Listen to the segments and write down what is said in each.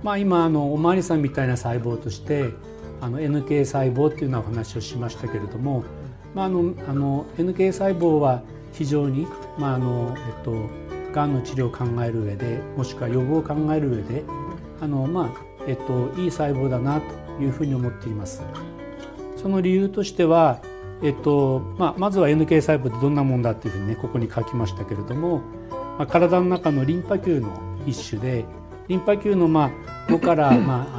今おまわりさんみたいな細胞としてNK 細胞っていうようなお話をしましたけれども、NK 細胞は非常にがんの治療を考える上で、もしくは予防を考える上でいい細胞だなというふうに思っています。その理由としては、まずは NK 細胞ってどんなもんだっていうふうにねここに書きましたけれども、体の中のリンパ球の一種で、リンパ球の5から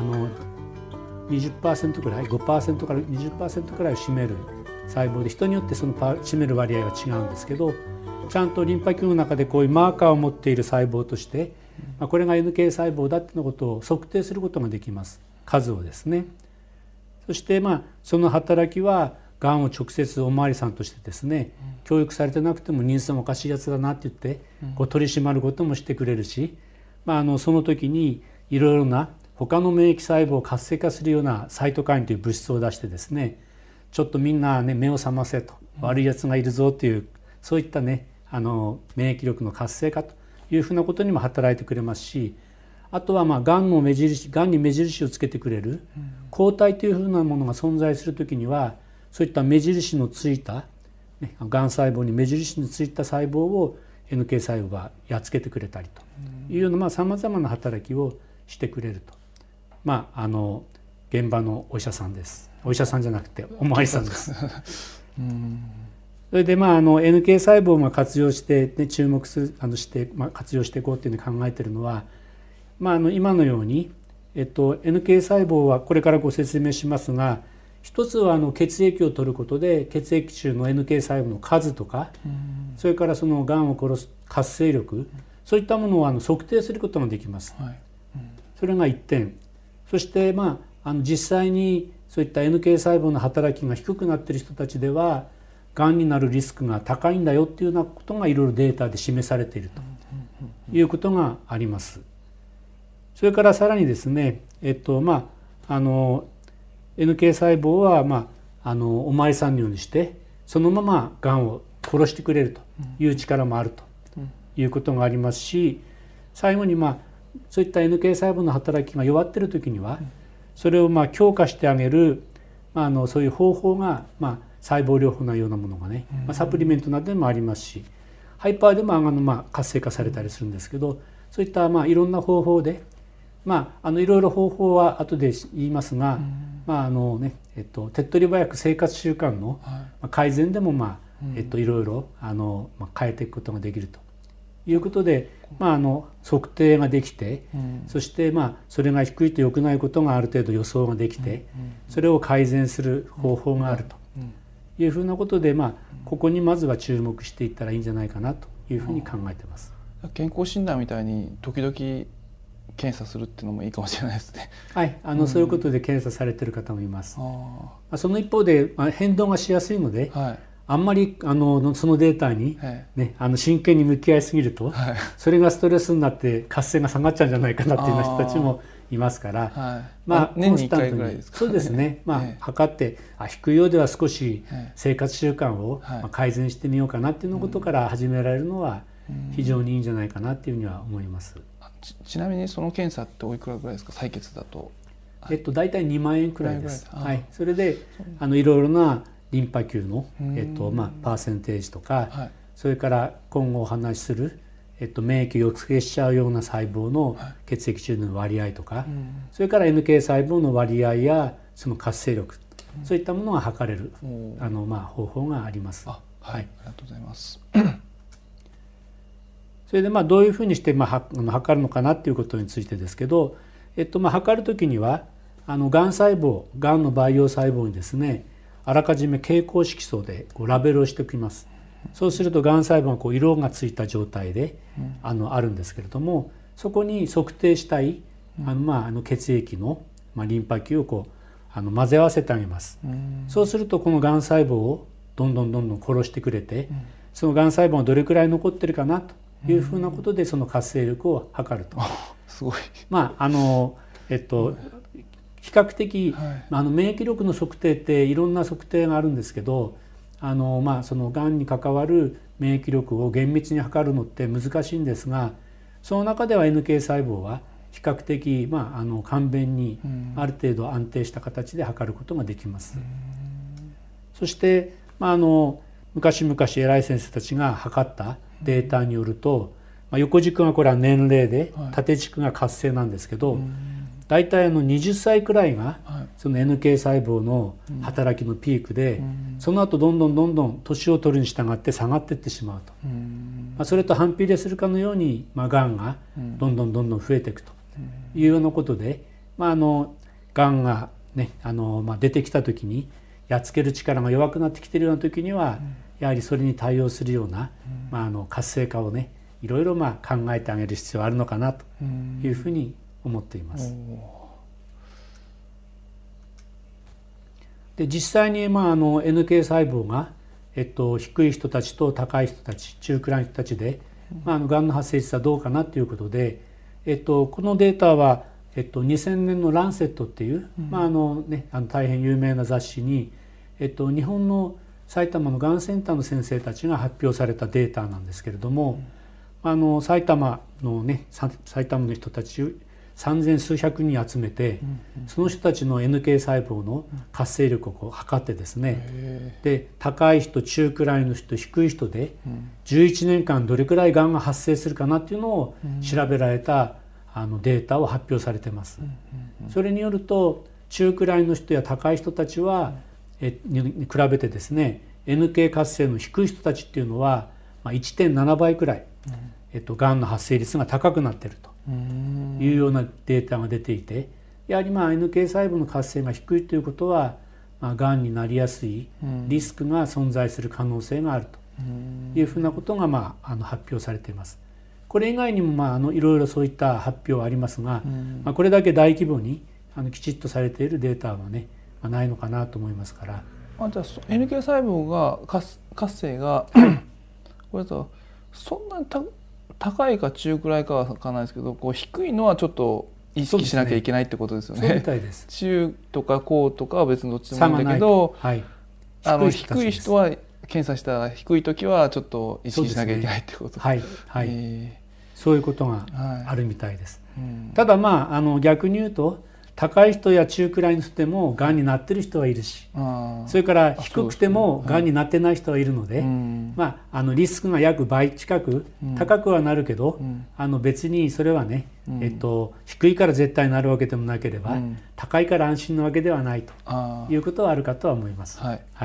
20% くらい、5% から 20% くらいを占める細胞で、人によってその占める割合は違うんですけど、ちゃんとリンパ球の中でこういうマーカーを持っている細胞として、これが NK 細胞だっていうことを測定することができます。数をですね。そしてその働きはがんを直接おまわりさんとしてですね、教育されてなくても人相もおかしいやつだなって言ってこう取り締まることもしてくれるし、その時にいろいろな他の免疫細胞を活性化するようなサイトカインという物質を出してですね、ちょっとみんなね目を覚ませと、悪いやつがいるぞという、そういったね免疫力の活性化というふうなことにも働いてくれますし、あとはがんに目印をつけてくれる抗体というふうなものが存在するときには、そういった目印のついた、がん細胞に目印のついた細胞を NK 細胞がやっつけてくれたりというようなさまざまな働きをしてくれると、現場のお医者さんです。お医者さんじゃなくておまわりさんです。それでNK 細胞を活用して、注目して活用していこうというふうに考えているのは、今のように、NK 細胞はこれからご説明しますが、一つは血液を取ることで血液中の NK 細胞の数とか、それからそのがんを殺す活性力、そういったものを測定することができます。それが1点。そして実際にそういった NK 細胞の働きが低くなっている人たちではがんになるリスクが高いんだよっていうようなことがいろいろデータで示されているということがあります。それからさらにですね、NK 細胞はおまわりさんのようにしてそのままがんを殺してくれるという力もあるということがありますし、最後にそういった NK 細胞の働きが弱っている時にはそれを強化してあげるそういう方法が細胞療法のようなものがね、サプリメントなどでもありますし、ハイパーでも活性化されたりするんですけど、そういったいろんな方法でいろいろ方法は後で言いますが、手っ取り早く生活習慣の改善でもいろいろ変えていくことができるということで、測定ができて、そしてそれが低いと良くないことがある程度予想ができて、それを改善する方法があるというふうなことで、ここにまずは注目していったらいいんじゃないかなというふうに考えています。 健康診断みたいに時々検査するっていうのもいいかもしれないですね。 はい、そういうことで検査されている方もいます。その一方で変動がしやすいので、あんまりそのデータに、真剣に向き合いすぎると、それがストレスになって活性が下がっちゃうんじゃないかなっていうような人たちもいますから、 年に1回ぐらいですか。 そうですね、測って低いようでは少し生活習慣を改善してみようかなっていうのことから始められるのは非常にいいんじゃないかなっていうふうには思います。 ちなみにその検査っておいくらぐらいですか、採血だと。 大体2万円くらいです。それでいろいろなリンパ球の、パーセンテージとか、それから今後お話しする、免疫を抑制しちゃうような細胞の血液中の割合とか、それから NK 細胞の割合やその活性力、そういったものが測れる方法があります。 ありがとうございます。 それでどういうふうにして測るのかなっていうことについてですけど、測るときにはがん細胞、がんの培養細胞にですね、あらかじめ蛍光色素でラベルをしておきます。そうするとがん細胞が色がついた状態であるんですけれども、そこに測定したい血液のリンパ球を混ぜ合わせてあげます。そうするとこのがん細胞をどんどん殺してくれて、そのがん細胞がどれくらい残ってるかなというふうなことでその活性力を測ると。 すごい。 比較的、免疫力の測定っていろんな測定があるんですけど、そのがんに関わる免疫力を厳密に測るのって難しいんですが、その中では NK 細胞は比較的、簡便にある程度安定した形で測ることができます。そして、昔々偉い先生たちが測ったデータによると、横軸がこれは年齢で、縦軸が活性なんですけど、大体20歳くらいがその NK 細胞の働きのピークで、その後どんどん年を取るに従って下がっていってしまうと、それと反比例するかのように、がんがどんどん増えていくというようなことで、がんがね出てきた時にやっつける力が弱くなってきているような時には、やはりそれに対応するような、活性化をねいろいろ考えてあげる必要があるのかなというふうに思っています。で実際にNK 細胞が、低い人たちと高い人たち、中くらいの人たちで、がんの発生率はどうかなということで、このデータは、2000年のランセットっていう、大変有名な雑誌に、日本の埼玉のがんセンターの先生たちが発表されたデータなんですけれども、埼玉の人たち3000数百人集めて、その人たちの NK 細胞の活性力を測ってですね、で高い人、中くらいの人、低い人で11年間どれくらいがんが発生するかなっていうのを調べられたデータを発表されています。それによると中くらいの人や高い人たちはに比べてですね、 NK 活性の低い人たちっていうのは 1.7 倍くらいがんの発生率が高くなっているというようなデータが出ていて、やはりNK 細胞の活性が低いということは、がんになりやすいリスクが存在する可能性があるというふうなことが発表されています。これ以外にもいろいろそういった発表はありますが、これだけ大規模にきちっとされているデータはね、ないのかなと思いますから。 じゃあ NK 細胞が活性がこれとそんなに高いか中くらいかは分からないですけど、低いのはちょっい意識しなきゃいけないってことですよね。 そうみたいです。 中とか高とかは別にどっちでもいいんだけど、低い人は検査したら低い時はちょっと意識しなきゃいけないってこと。 そういうことがあるみたいです。ただ逆に言うと高い人や中くらいの人でもがんになってる人はいるし、それから低くてもがんになってない人はいるので、リスクが約倍近く高くはなるけど、別にそれはね、低いから絶対なるわけでもなければ、高いから安心なわけではないということはあるかとは思います。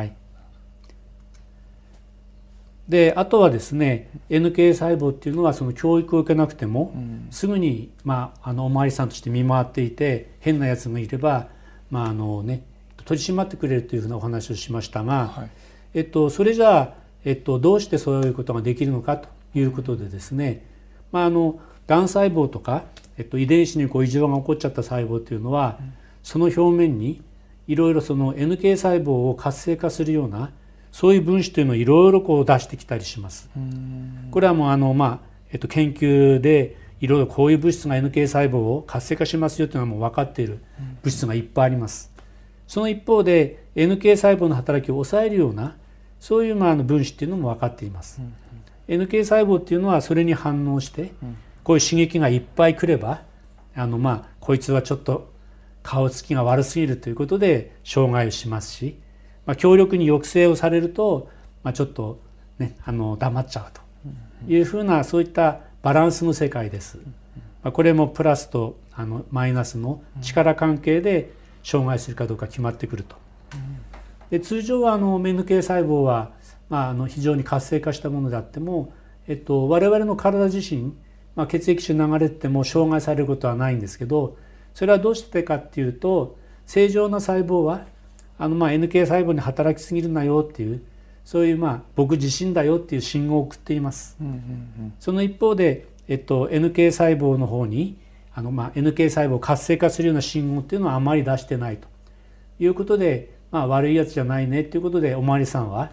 であとはですね、 NK 細胞っていうのはその教育を受けなくても、すぐに、お巡りさんとして見回っていて変なやつがいれば、取り締まってくれるというふうなお話をしましたが、それじゃあ、どうしてそういうことができるのかということでですね、がん細胞とか、遺伝子に異常が起こっちゃった細胞というのは、その表面にいろいろその NK 細胞を活性化するようなそういう分子というのをいろいろ出してきたりします。これはもう研究でいろいろこういう物質が NK 細胞を活性化しますよというのはもう分かっている物質がいっぱいあります。その一方で NK 細胞の働きを抑えるようなそういう分子というのも分かっています。NK 細胞っていうのはそれに反応してこういう刺激がいっぱい来ればこいつはちょっと顔つきが悪すぎるということで障害をしますし、強力に抑制をされると、ちょっとね黙っちゃうというふうなそういったバランスの世界です。これもプラスとマイナスの力関係で障害するかどうか決まってくると。で通常はNK 細胞は、非常に活性化したものであっても、我々の体自身、血液中に流れても障害されることはないんですけど、それはどうしてかっていうと、正常な細胞はNK 細胞に働きすぎるなよっていう、そういう僕自身だよっていう信号を送っています。その一方で、NK 細胞の方にNK 細胞を活性化するような信号っていうのはあまり出してないということで、悪いやつじゃないねっていうことでお巡りさんは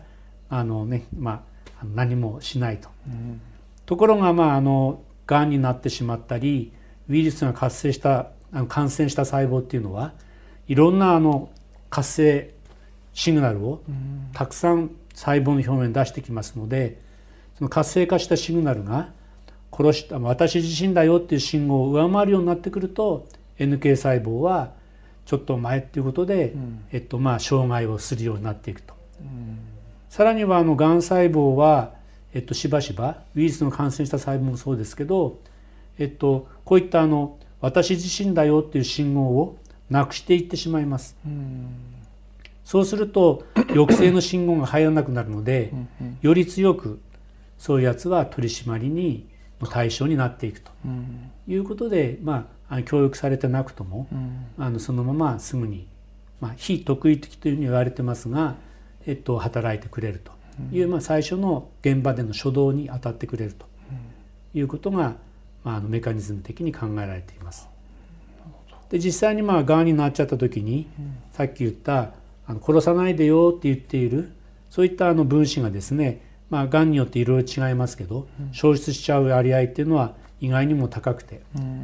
何もしないと。ところががんになってしまったりウイルスが感染した細胞っていうのはいろんな活性シグナルをたくさん細胞の表面に出してきますので、その活性化したシグナルが私自身だよっていう信号を上回るようになってくると NK 細胞はちょっと前っていうことで、障害をするようになっていくと。さらにはがん細胞は、しばしばウイルスの感染した細胞もそうですけど、こういった私自身だよっていう信号をなくしていってしまいます。そうすると抑制の信号が入らなくなるのでより強くそういうやつは取り締まりにの対象になっていくということで、教育されてなくとも、そのまますぐに、非特異的というふうに言われてますが、働いてくれるという、最初の現場での初動に当たってくれるということが、メカニズム的に考えられています。で実際にがんになっちゃった時に、さっき言った殺さないでよって言っているそういった分子がですね、がんによっていろいろ違いますけど、消失しちゃう割合っていうのは意外にも高くて、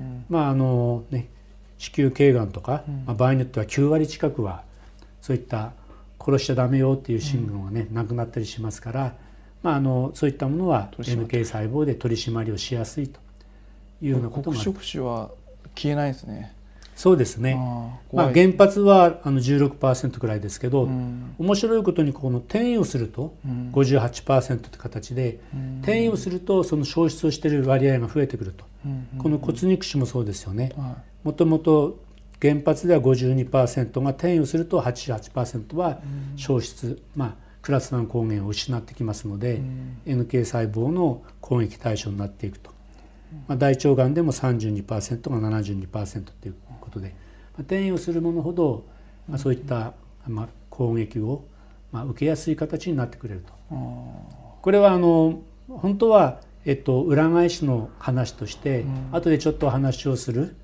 子宮頸がんとか、場合によっては9割近くはそういった殺しちゃダメよっていう信号がね、なくなったりしますから、そういったものは NK 細胞で取り締まりをしやすいというようなことが。 黒色種は消えないですね。 そうですね。原発は16% くらいですけど、面白いことにこの転移をすると 58% という形で、転移をするとその消失をしている割合が増えてくると。この骨肉腫もそうですよね。もともと原発では 52% が転移をすると 88% は消失、クラス1抗原を失ってきますので、NK 細胞の攻撃対象になっていくと。大腸がんでも 32% が 72% ということで、転移をするものほど、そういった、攻撃を、受けやすい形になってくれると。これは本当は、裏返しの話として、後でちょっとお話をする、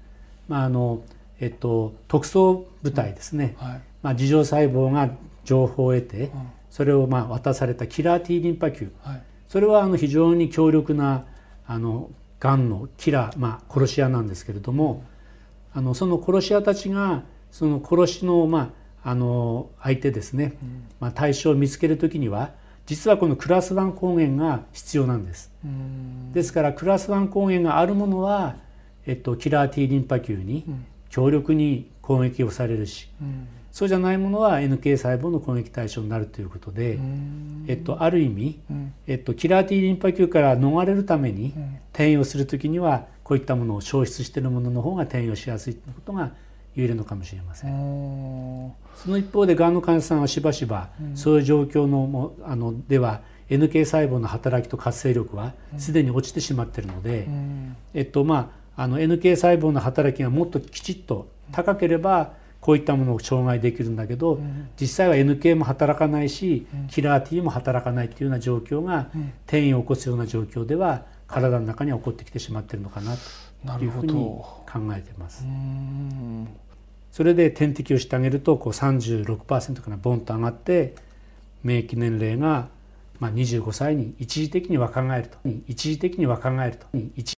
特捜部隊ですね、樹状細胞が情報を得て、それを渡されたキラー T リンパ球、それは非常に強力ながんのキラー、殺し屋なんですけれども、その殺し屋たちがその殺しの、相手ですね、対象を見つけるときには実はこのクラス1抗原が必要なんです。ですからクラス1抗原があるものは、キラー T リンパ球に強力に攻撃をされるし、そうじゃないものは NK 細胞の攻撃対象になるということで、ある意味、キラー T リンパ球から逃れるために転移をするときにはこういったものを消失しているものの方が転移をしやすいということが言えるのかもしれません。その一方でがんの患者さんはしばしばそういう状況のでは NK 細胞の働きと活性力はすでに落ちてしまっているので、NK 細胞の働きがもっときちっと高ければこういったものを障害できるんだけど、実際は NK も働かないしキラー T も働かないというような状況が転移を起こすような状況では体の中に起こってきてしまっているのかなというふうに考えています。それで点滴をしてあげると36% からボンと上がって免疫年齢が25歳に一時的に若返ると。